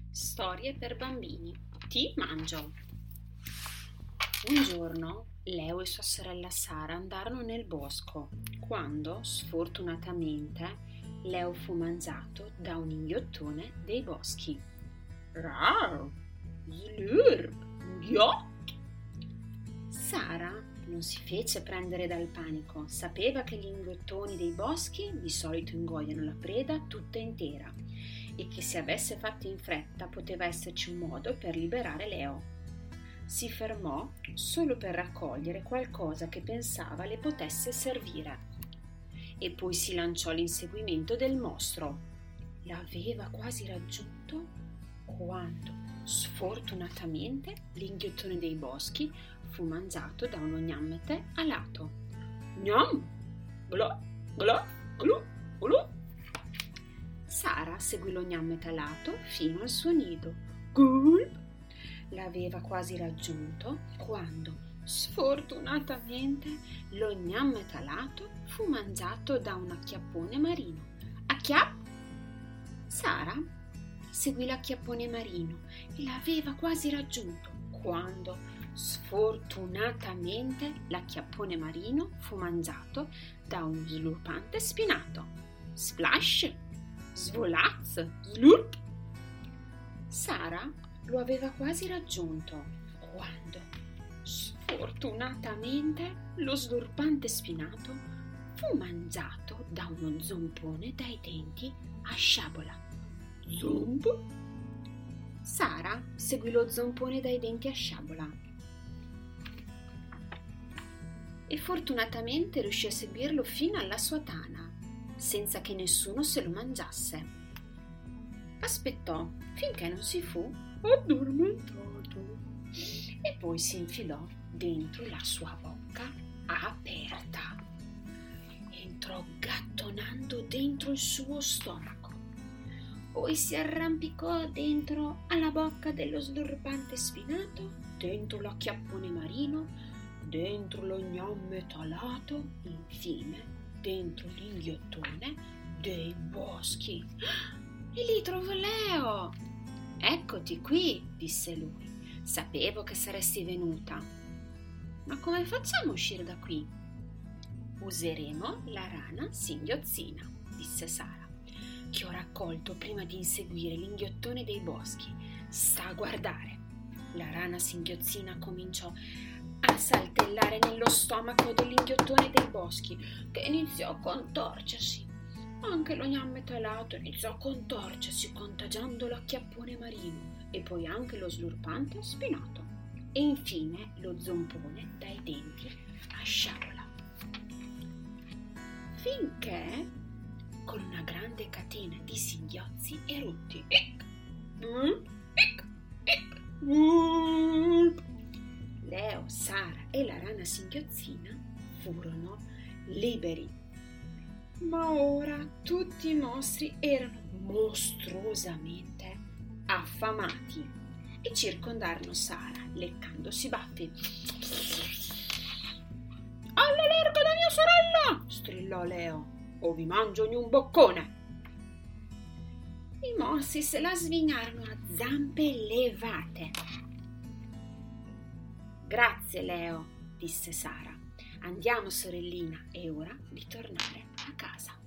Storie per bambini. Ti mangio. Un giorno Leo e sua sorella Sara andarono nel bosco quando, sfortunatamente, Leo fu mangiato da un inghiottone dei boschi. Rar, slurp, ghiott. Sara non si fece prendere dal panico, sapeva che gli inghiottoni dei boschi di solito ingoiano la preda tutta intera e che se avesse fatto in fretta poteva esserci un modo per liberare Leo. Si fermò solo per raccogliere qualcosa che pensava le potesse servire e poi si lanciò all'inseguimento del mostro. L'aveva quasi raggiunto quando, sfortunatamente, l'inghiottone dei boschi fu mangiato da uno gnammete alato. Gnam, gla, gla, glu, glu. Sara seguì lo gnammete alato fino al suo nido. Gulp. L'aveva quasi raggiunto quando, sfortunatamente, lo gnammete alato fu mangiato da un acchiappone marino. Acchiapp! Sara seguì l'acchiappone marino e l'aveva quasi raggiunto quando, sfortunatamente, l'acchiappone marino fu mangiato da un slurpante spinato. Splash! Svolaz! Slurp. Sara lo aveva quasi raggiunto quando, sfortunatamente, lo slurpante spinato fu mangiato da uno zompone dai denti a sciabola. Zomp. Sara seguì lo zompone dai denti a sciabola e fortunatamente riuscì a seguirlo fino alla sua tana, senza che nessuno se lo mangiasse. Aspettò finché non si fu Addormentato. e poi si infilò dentro la sua bocca aperta. Entrò gattonando dentro il suo stomaco. Poi si arrampicò dentro alla bocca dello slurpante spinato, dentro l'acchiappone marino, dentro lo gnammete alato, infine dentro l'inghiottone dei boschi. E lì trovò Leo. Eccoti qui, disse lui. Sapevo che saresti venuta. Ma come facciamo a uscire da qui? Useremo la rana singhiozzina, disse Sara, che ho raccolto prima di inseguire l'inghiottone dei boschi. Sta a guardare. La rana singhiozzina cominciò a saltellare nello stomaco dell'inghiottone dei boschi, che iniziò a contorcersi. Anche lo gnammete alato iniziò a contorcersi, contagiando l'acchiappone marino, e poi anche lo slurpante spinato, e infine lo zompone dai denti a sciabola. Finché, con una grande catena di singhiozzi erutti, Leo, Sara e la rana singhiozzina furono liberi. Ma ora tutti i mostri erano mostruosamente affamati e circondarono Sara leccandosi i baffi. All'elergo da mia sorella! Strillò Leo. O vi mangio in un boccone. I mostri se la svignarono a zampe levate. Grazie, Leo, disse Sara. Andiamo, sorellina, è ora di tornare a casa.